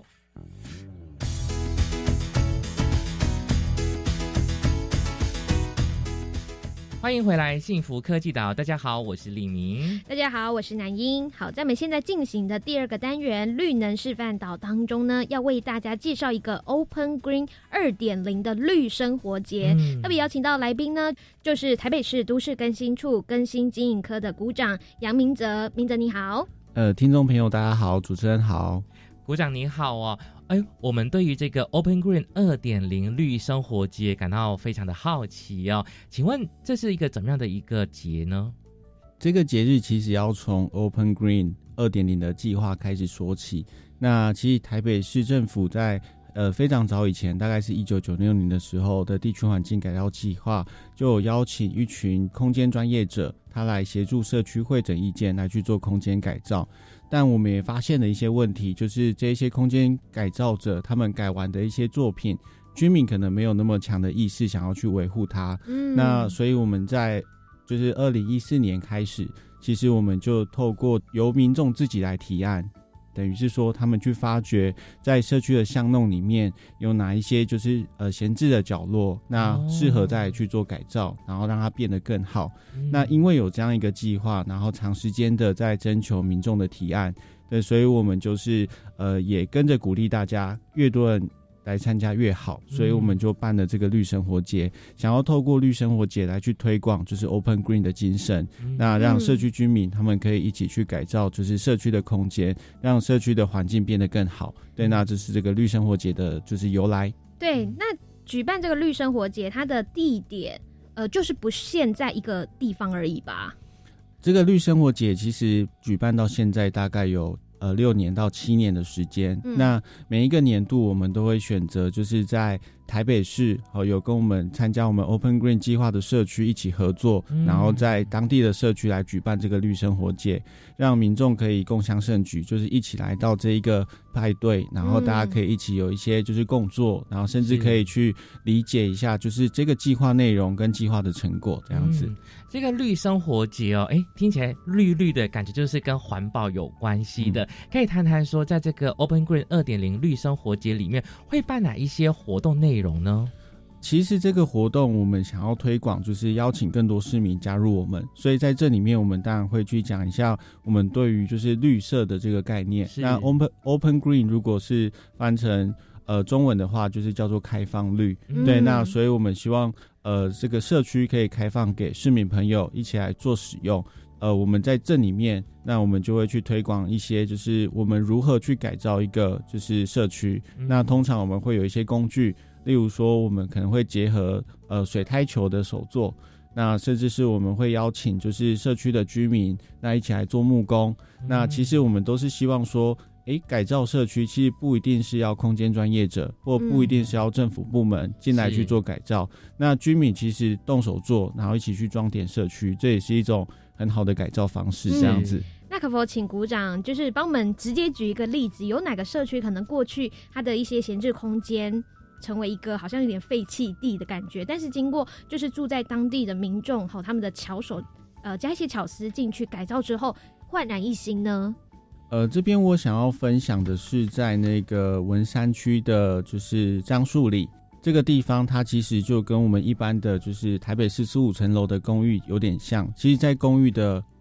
欢迎回来幸福科技岛，大家好，我是李明。 大家好，我是南英。好，在我们现在进行的第二个单元绿能示范岛当中呢，要为大家介绍一个 Open Green 2.0 的绿生活节。特别邀请到来宾呢，就是台北市都市更新处更新经营科的股长杨明哲。明哲你好。 听众朋友大家好，主持人好。 股长你好哦。我们对于这个 Open Green 2.0 绿生活节感到非常的好奇哦。请问这是一个怎么样的一个节呢？ 这个节日其实要从 Open Green 2.0 的计划开始说起。那其实台北市政府在非常早以前，大概是1996年的时候的地区环境改造计划，就有邀请一群空间专业者，他来协助社区会诊意见，来去做空间改造。但我们也发现了一些问题，就是这些空间改造者他们改完的一些作品，居民可能没有那么强的意识想要去维护它。那所以我们在就是2014年开始，其实我们就透过由民众自己来提案，等于是说他们去发掘在社区的巷弄里面有哪一些就是闲置的角落，那适合再去做改造，然后让它变得更好。那因为有这样一个计划，然后长时间的在征求民众的提案，对，所以我们就是也跟着鼓励大家，越多人来参加越好，所以我们就办了这个绿生活节，想要透过绿生活节来去推广就是 Open Green 的精神，那让社区居民他们可以一起去改造就是社区的空间，让社区的环境变得更好。对，那这是这个绿生活节的就是由来。 对，那举办这个绿生活节，它的地点就是不限在一个地方而已吧？ 这个绿生活节其实举办到现在大概有6年到7年的时间。那每一个年度我们都会选择就是在台北市有跟我们参加我们 Open Green 计划的社区一起合作，然后在当地的社区来举办这个绿生活节，让民众可以共襄盛举，就是一起来到这一个派对，然后大家可以一起有一些就是共作，然后甚至可以去理解一下就是这个计划内容跟计划的成果这样子。 这个绿生活节哦，听起来绿绿的感觉就是跟环保有关系的。可以谈谈说在这个 Open Green 2.0 绿生活节里面会办哪一些活动内容呢？ 其实这个活动我们想要推广，就是邀请更多市民加入我们，所以在这里面我们当然会去讲一下我们对于就是绿色的这个概念。那 Open Green 如果是翻成中文的话，就是叫做开放绿。对，那所以我们希望这个社区可以开放给市民朋友一起来做使用。我们在这里面，那我们就会去推广一些就是我们如何去改造一个就是社区。那通常我们会有一些工具，例如说我们可能会结合水苔球的手作，那甚至是我们会邀请就是社区的居民那一起来做木工。那其实我们都是希望说改造社区其实不一定是要空间专业者，或不一定是要政府部门进来去做改造。那居民其实动手做，然后一起去装点社区，这也是一种很好的改造方式这样子。 那可否请股长就是帮我们直接举一个例子，有哪个社区可能过去它的一些闲置空间成为一个好像有点废弃地的感觉，但是经过就是住在当地的民众他们的巧手加一些巧思进去改造之后焕然一新呢？ 这边我想要分享的是在那个文山区的就是樟树里这个地方，它其实就跟我们一般的就是台北市15层楼的公寓有点像。其实在公寓的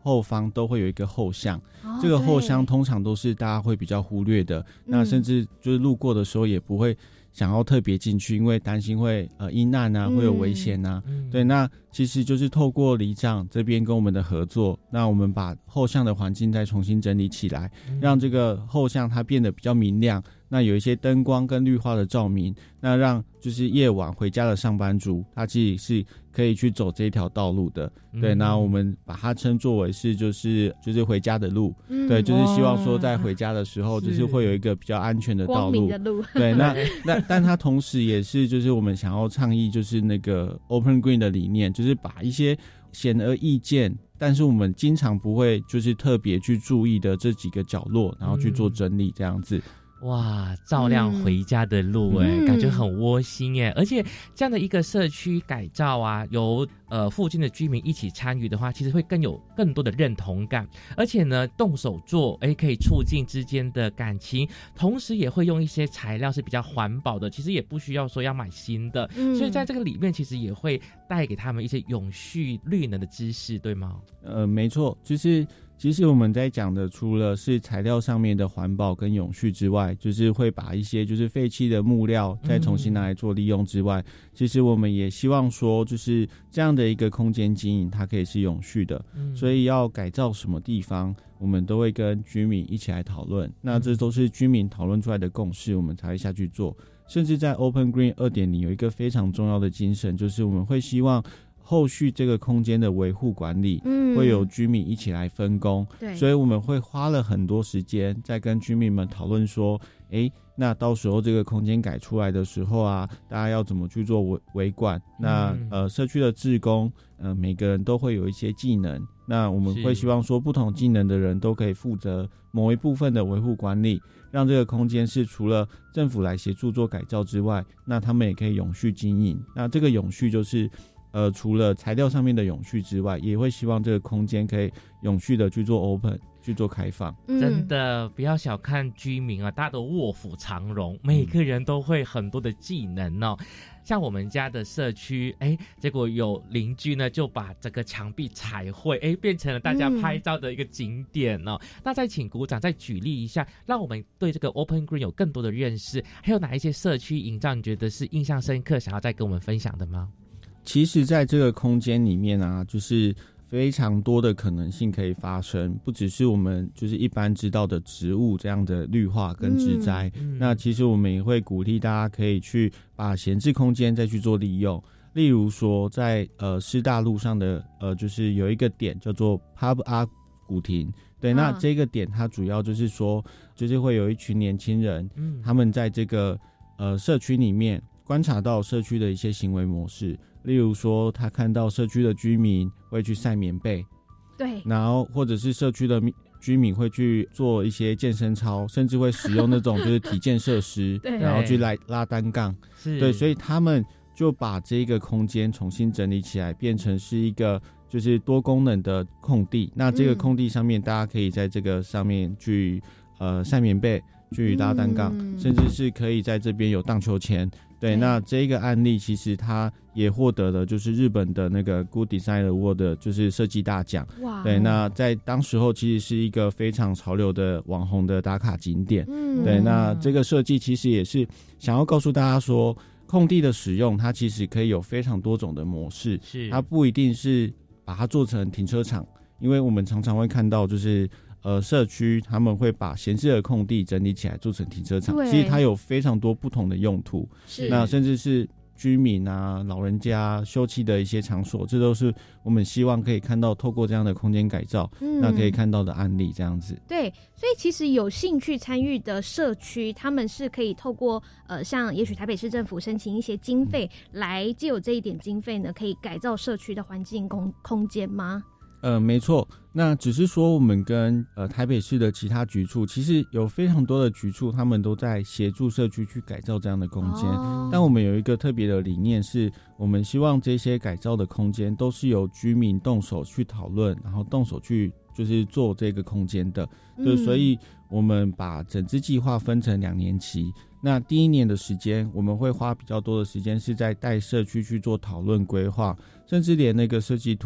后方都会有一个后巷，这个后巷通常都是大家会比较忽略的，那甚至就是路过的时候也不会想要特别进去，因为担心会阴暗啊，会有危险啊。对，那其实就是透过里长这边跟我们的合作，那我们把后巷的环境再重新整理起来，让这个后巷它变得比较明亮。那有一些灯光跟绿化的照明，那让就是夜晚回家的上班族，他其实是可以去走这条道路的。对，那我们把它称作为是就是回家的路。对，就是希望说在回家的时候，就是会有一个比较安全的道路。 光明的路。 对，那但它同时也是就是我们想要倡议就是那个 Open Green 的理念，就是把一些显而易见，但是我们经常不会就是特别去注意的这几个角落，然后去做整理这样子。 哇，照亮回家的路感觉很窝心而且这样的一个社区改造啊，由附近的居民一起参与的话，其实会更多的认同感，而且呢动手做可以促进之间的感情，同时也会用一些材料是比较环保的，其实也不需要说要买新的，所以在这个里面其实也会带给他们一些永续绿能的知识，对吗？ 没错，就是其实我们在讲的除了是材料上面的环保跟永续之外，就是会把一些就是废弃的木料再重新拿来做利用之外，其实我们也希望说就是这样的一个空间经营它可以是永续的，所以要改造什么地方我们都会跟居民一起来讨论，那这都是居民讨论出来的共识，我们才会下去做。甚至在 Open Green 2.0 有一个非常重要的精神，就是我们会希望后续这个空间的维护管理会有居民一起来分工，所以我们会花了很多时间在跟居民们讨论说那到时候这个空间改出来的时候啊，大家要怎么去做维管，那社区的志工每个人都会有一些技能，那我们会希望说不同技能的人都可以负责某一部分的维护管理，让这个空间是除了政府来协助做改造之外，那他们也可以永续经营，那这个永续就是除了材料上面的永续之外，也会希望这个空间可以永续的去做 open， 去做开放。 真的不要小看居民啊，大家都卧虎藏龙，每个人都会很多的技能哦。像我们家的社区，结果有邻居呢就把这个墙壁彩绘，变成了大家拍照的一个景点哦。那再请股长再举例一下，让我们对这个 Open Green 有更多的认识，还有哪一些社区营造你觉得是印象深刻，想要再跟我们分享的吗？ 其实在这个空间里面啊，就是非常多的可能性可以发生，不只是我们就是一般知道的植物这样的绿化跟植栽，那其实我们也会鼓励大家可以去把闲置空间再去做利用，例如说在师大路上的就是有一个点叫做 Pub 阿古亭，对，那这个点它主要就是说就是会有一群年轻人，他们在这个社区里面观察到社区的一些行为模式，例如说他看到社区的居民会去晒棉被， 对， 然后或者是社区的居民会去做一些健身操，甚至会使用那种就是体健设施然后去来拉单杠，对，所以他们就把这个空间重新整理起来，变成是一个就是多功能的空地，那这个空地上面大家可以在这个上面去晒棉被，去拉单杠，甚至是可以在这边有荡秋千，对，那这个案例其实它也获得了就是日本的那个 Good Design Award 就是设计大奖，对，那在当时候其实是一个非常潮流的网红的打卡景点，对，那这个设计其实也是想要告诉大家说空地的使用它其实可以有非常多种的模式，它不一定是把它做成停车场，因为我们常常会看到就是社区他们会把闲置的空地整理起来做成停车场，其实它有非常多不同的用途，那甚至是居民啊、老人家休憩的一些场所，这都是我们希望可以看到透过这样的空间改造，那可以看到的案例这样子。 对，所以其实有兴趣参与的社区，他们是可以透过像也许台北市政府申请一些经费，来藉由这一点经费呢，可以改造社区的环境空间吗？ 没错，那只是说我们跟台北市的其他局处，其实有非常多的局处，他们都在协助社区去改造这样的空间，但我们有一个特别的理念，是我们希望这些改造的空间都是由居民动手去讨论，然后动手去就是做这个空间的，对，所以我们把整支计划分成2年期，那第1年的时间我们会花比较多的时间是在带社区去做讨论规划，甚至连那个设计图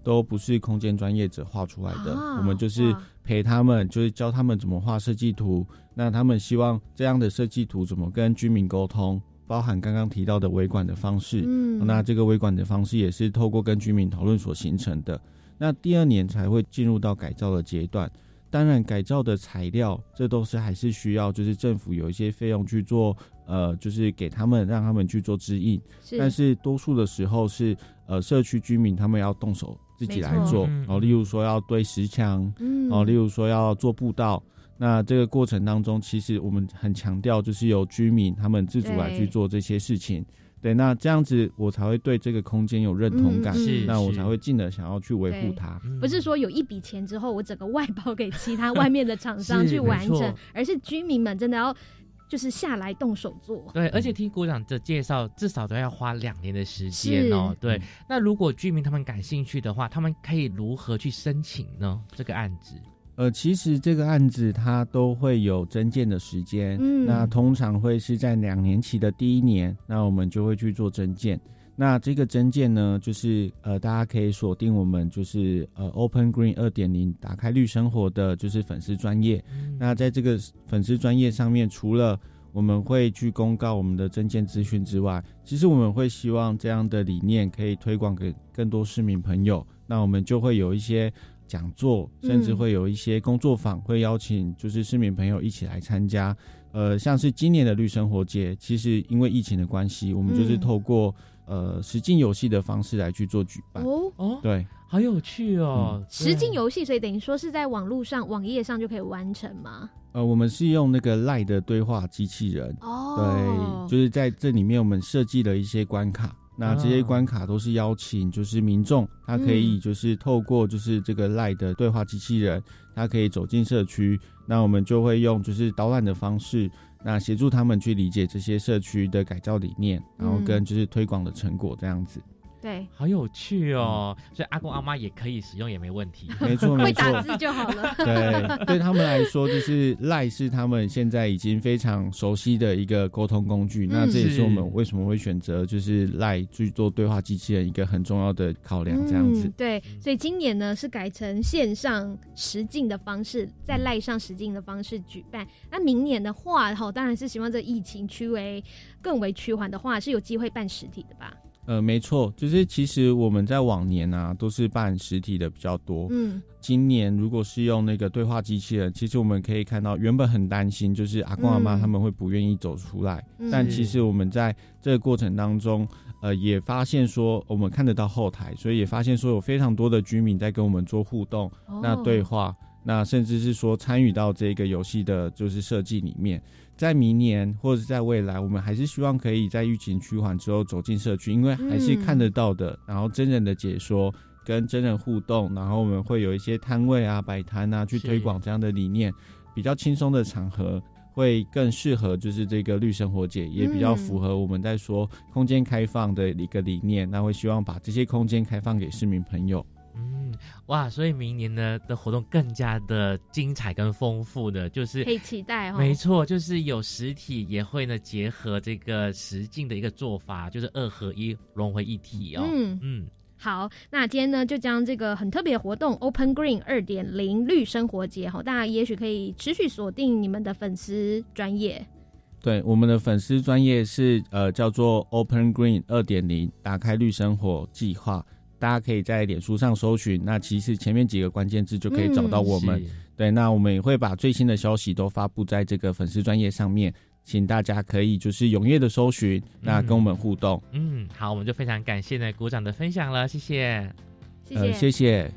都不是空间专业者画出来的，我们就是陪他们，就是教他们怎么画设计图。那他们希望这样的设计图怎么跟居民沟通，包含刚刚提到的维管的方式。那这个维管的方式也是透过跟居民讨论所形成的。那第2年才会进入到改造的阶段。当然改造的材料这都是还是需要就是政府有一些费用去做就是给他们让他们去做指引，但是多数的时候是社区居民他们要动手自己来做，例如说要堆石墙，例如说要做步道。那这个过程当中其实我们很强调就是由居民他们自主来去做这些事情。对，那这样子我才会对这个空间有认同感，那我才会进而想要去维护它。 不是说有一笔钱之后我整个外包给其他外面的厂商去完成，而是居民们真的要就是下来动手做。 对，而且听股长的介绍至少都要花2年的时间哦。对，那如果居民他们感兴趣的话，他们可以如何去申请呢？这个案子其实这个案子它都会有征件的时间，那通常会是在2年期的第1年，那我们就会去做征件。那这个征件呢，就是大家可以锁定我们就是Open Green 2.0 打开绿生活的就是粉丝专页。那在这个粉丝专页上面，除了我们会去公告我们的征件资讯之外，其实我们会希望这样的理念可以推广给更多市民朋友。那我们就会有一些讲座，甚至会有一些工作坊，会邀请就是市民朋友一起来参加。像是今年的绿生活节，其实因为疫情的关系，我们就是透过实境游戏的方式来去做举办。对， 好有趣哦。 实境游戏，所以等于说是在网络上、网页上就可以完成吗？ 我们是用那个 LINE 的对话机器人。对，就是在这里面我们设计了一些关卡。那这些关卡都是邀请就是民众，他可以就是透过就是这个 LINE 的对话机器人，他可以走进社区，那我们就会用就是导览的方式，那协助他们去理解这些社区的改造理念，然后跟就是推广的成果这样子。 对， 好有趣哦！所以阿公阿妈也可以使用，也没问题。 没错， 会打字就好了。 对，对他们来说，就是 LINE 是他们现在已经非常熟悉的一个沟通工具。那这也是我们为什么会选择就是 LINE 去做对话机器人一个很重要的考量，这样子。 对，所以今年呢是改成线上实境的方式，在 LINE 上实境的方式举办。那明年的话，当然是希望这疫情更为趋缓的话，是有机会办实体的吧？ 没错，就是其实我们在往年啊都是办实体的比较多。今年如果是用那个对话机器人，其实我们可以看到原本很担心就是阿公阿妈他们会不愿意走出来，但其实我们在这个过程当中也发现说我们看得到后台，所以也发现说有非常多的居民在跟我们做互动，那对话，那甚至是说参与到这个游戏的就是设计里面。在明年或者在未来，我们还是希望可以在疫情趋缓之后走进社区，因为还是看得到的，然后真人的解说跟真人互动，然后我们会有一些摊位啊摆摊啊去推广这样的理念，比较轻松的场合会更适合就是这个绿生活节，也比较符合我们在说空间开放的一个理念，那会希望把这些空间开放给市民朋友。 哇，所以明年呢的活动更加的精彩跟丰富的，就是可以期待没错，就是有实体也会呢结合这个实境的一个做法，就是2合1融为一体哦。 好，那今天呢就将这个很特别的活动 Open Green 2.0 绿生活节，大家也许可以持续锁定你们的粉丝专页。 对，我们的粉丝专页是叫做 Open Green 2.0 打开绿生活计划，大家可以在脸书上搜寻，那其实前面几个关键字就可以找到我们。对，那我们也会把最新的消息都发布在这个粉丝专页上面，请大家可以就是踊跃的搜寻，那跟我们互动。 好，我们就非常感谢呢股长的分享了，谢谢。 谢谢。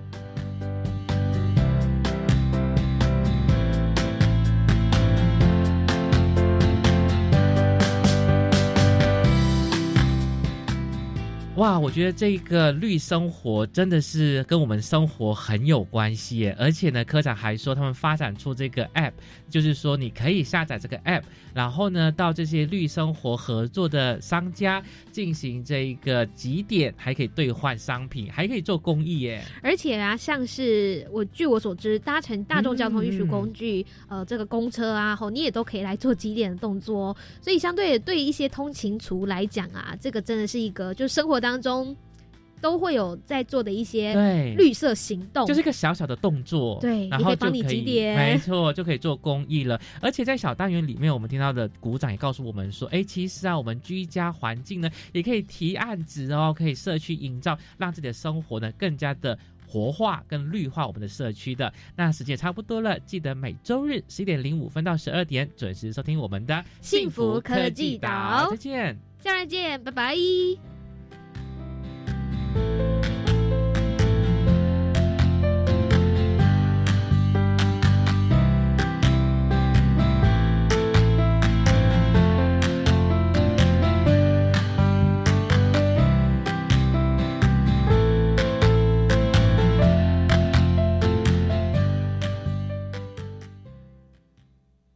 哇，我觉得这个绿生活真的是跟我们生活很有关系耶，而且呢科长还说他们发展出这个 app， 就是说你可以下载这个 app， 然后呢到这些绿生活合作的商家进行这一个集点，还可以兑换商品，还可以做公益耶。 而且啊，像是据我所知，搭乘大众交通运输工具，这个公车啊，你也都可以来做集点的动作哦。所以相对一些通勤族来讲啊，这个真的是一个就生活当中都会有在做的一些对绿色行动， 就是一个小小的动作， 对， 然后就帮你集点， 没错，就可以做公益了。而且在小单元里面，我们听到的股长也告诉我们说，其实啊，我们居家环境呢，也可以提案子哦，可以社区营造，让自己的生活呢更加的活化跟绿化我们的社区的。那时间也差不多了，记得每周日11:05到12点准时收听我们的幸福科技岛， 再见， 下来见，拜拜。